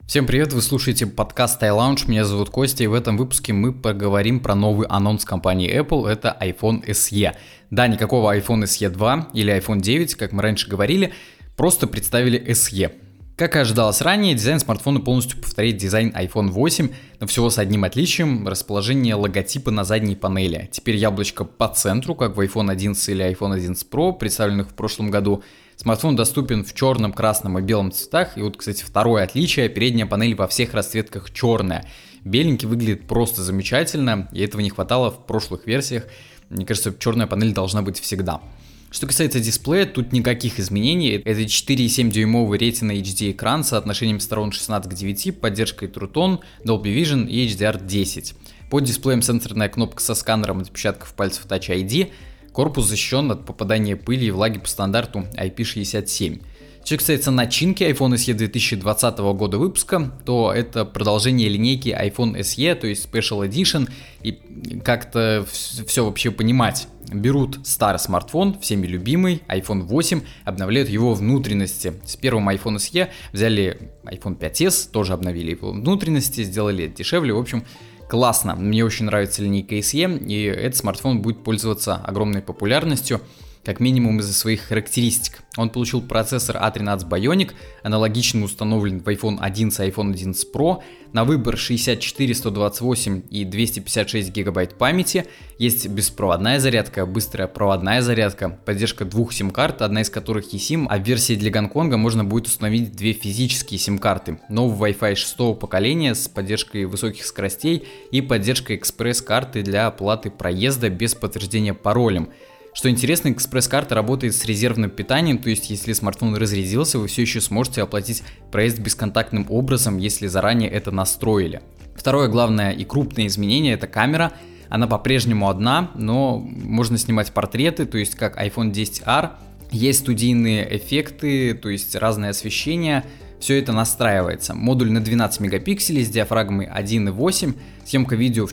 Всем привет, вы слушаете подкаст iLounge, меня зовут Костя, и в этом выпуске мы поговорим про новый анонс компании Apple, это iPhone SE. Да, никакого iPhone SE 2 или iPhone 9, как мы раньше говорили, просто представили SE. Как и ожидалось ранее, дизайн смартфона полностью повторяет дизайн iPhone 8, но всего с одним отличием – расположение логотипа на задней панели. Теперь яблочко по центру, как в iPhone 11 или iPhone 11 Pro, представленных в прошлом году. Смартфон доступен в черном, красном и белом цветах. И вот, кстати, второе отличие – передняя панель во всех расцветках черная. Беленький выглядит просто замечательно, и этого не хватало в прошлых версиях. Мне кажется, черная панель должна быть всегда. Что касается дисплея, тут никаких изменений. Это 4,7-дюймовый Retina HD экран с соотношением сторон 16:9, поддержкой True Tone, Dolby Vision и HDR10. Под дисплеем сенсорная кнопка со сканером отпечатков пальцев Touch ID. Корпус защищен от попадания пыли и влаги по стандарту IP67. Что касается начинки iPhone SE 2020 года выпуска, то это продолжение линейки iPhone SE, то есть Special Edition, и как-то все вообще понимать. Берут старый смартфон, всеми любимый, iPhone 8, обновляют его внутренности. С первым iPhone SE взяли iPhone 5s, тоже обновили его внутренности, сделали дешевле, в общем, классно. Мне очень нравится линейка SE, и этот смартфон будет пользоваться огромной популярностью, как минимум из-за своих характеристик. Он получил процессор A13 Bionic, аналогично установлен в iPhone 11 и iPhone 11 Pro, на выбор 64, 128 и 256 гигабайт памяти, есть беспроводная зарядка, быстрая проводная зарядка, поддержка двух сим-карт, одна из которых eSIM, а в версии для Гонконга можно будет установить две физические сим-карты, новый Wi-Fi 6 поколения с поддержкой высоких скоростей и поддержкой экспресс-карты для оплаты проезда без подтверждения паролем. Что интересно, экспресс-карта работает с резервным питанием, то есть если смартфон разрядился, вы все еще сможете оплатить проезд бесконтактным образом, если заранее это настроили. Второе главное и крупное изменение – это камера. Она по-прежнему одна, но можно снимать портреты, то есть как iPhone 10R. Есть студийные эффекты, то есть разное освещение. Все это настраивается. Модуль на 12 мегапикселей с диафрагмой 1.8, съемка видео в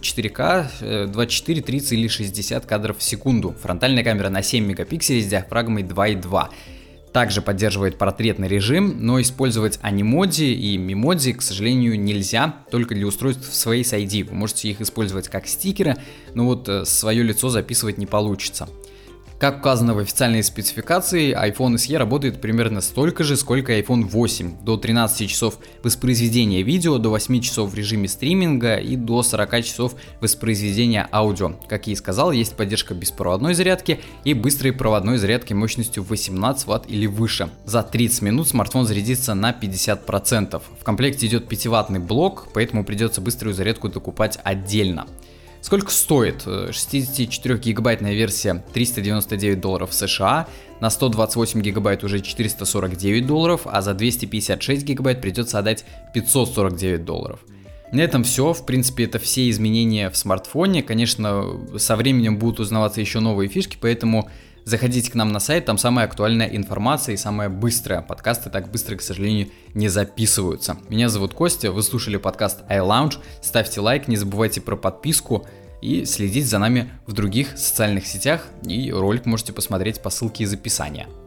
4К, 24, 30 или 60 кадров в секунду. Фронтальная камера на 7 мегапикселей с диафрагмой 2.2. Также поддерживает портретный режим, но использовать анимоди и мемоди, к сожалению, нельзя, только для устройств с Face ID. Вы можете их использовать как стикеры, но вот свое лицо записывать не получится. Как указано в официальной спецификации, iPhone SE работает примерно столько же, сколько iPhone 8, до 13 часов воспроизведения видео, до 8 часов в режиме стриминга и до 40 часов воспроизведения аудио. Как я и сказал, есть поддержка беспроводной зарядки и быстрой проводной зарядки мощностью 18 Вт или выше. За 30 минут смартфон зарядится на 50%. В комплекте идет 5-ваттный блок, поэтому придется быструю зарядку докупать отдельно. Сколько стоит? 64-гигабайтная версия $399 США, на 128 гигабайт уже $449, а за 256 гигабайт придется отдать $549. На этом все, в принципе, это все изменения в смартфоне. Конечно, со временем будут узнаваться еще новые фишки, поэтому заходите к нам на сайт, там самая актуальная информация и самая быстрая. Подкасты так быстро, к сожалению, не записываются. Меня зовут Костя, вы слушали подкаст iLounge. Ставьте лайк, не забывайте про подписку и следить за нами в других социальных сетях. И ролик можете посмотреть по ссылке из описания.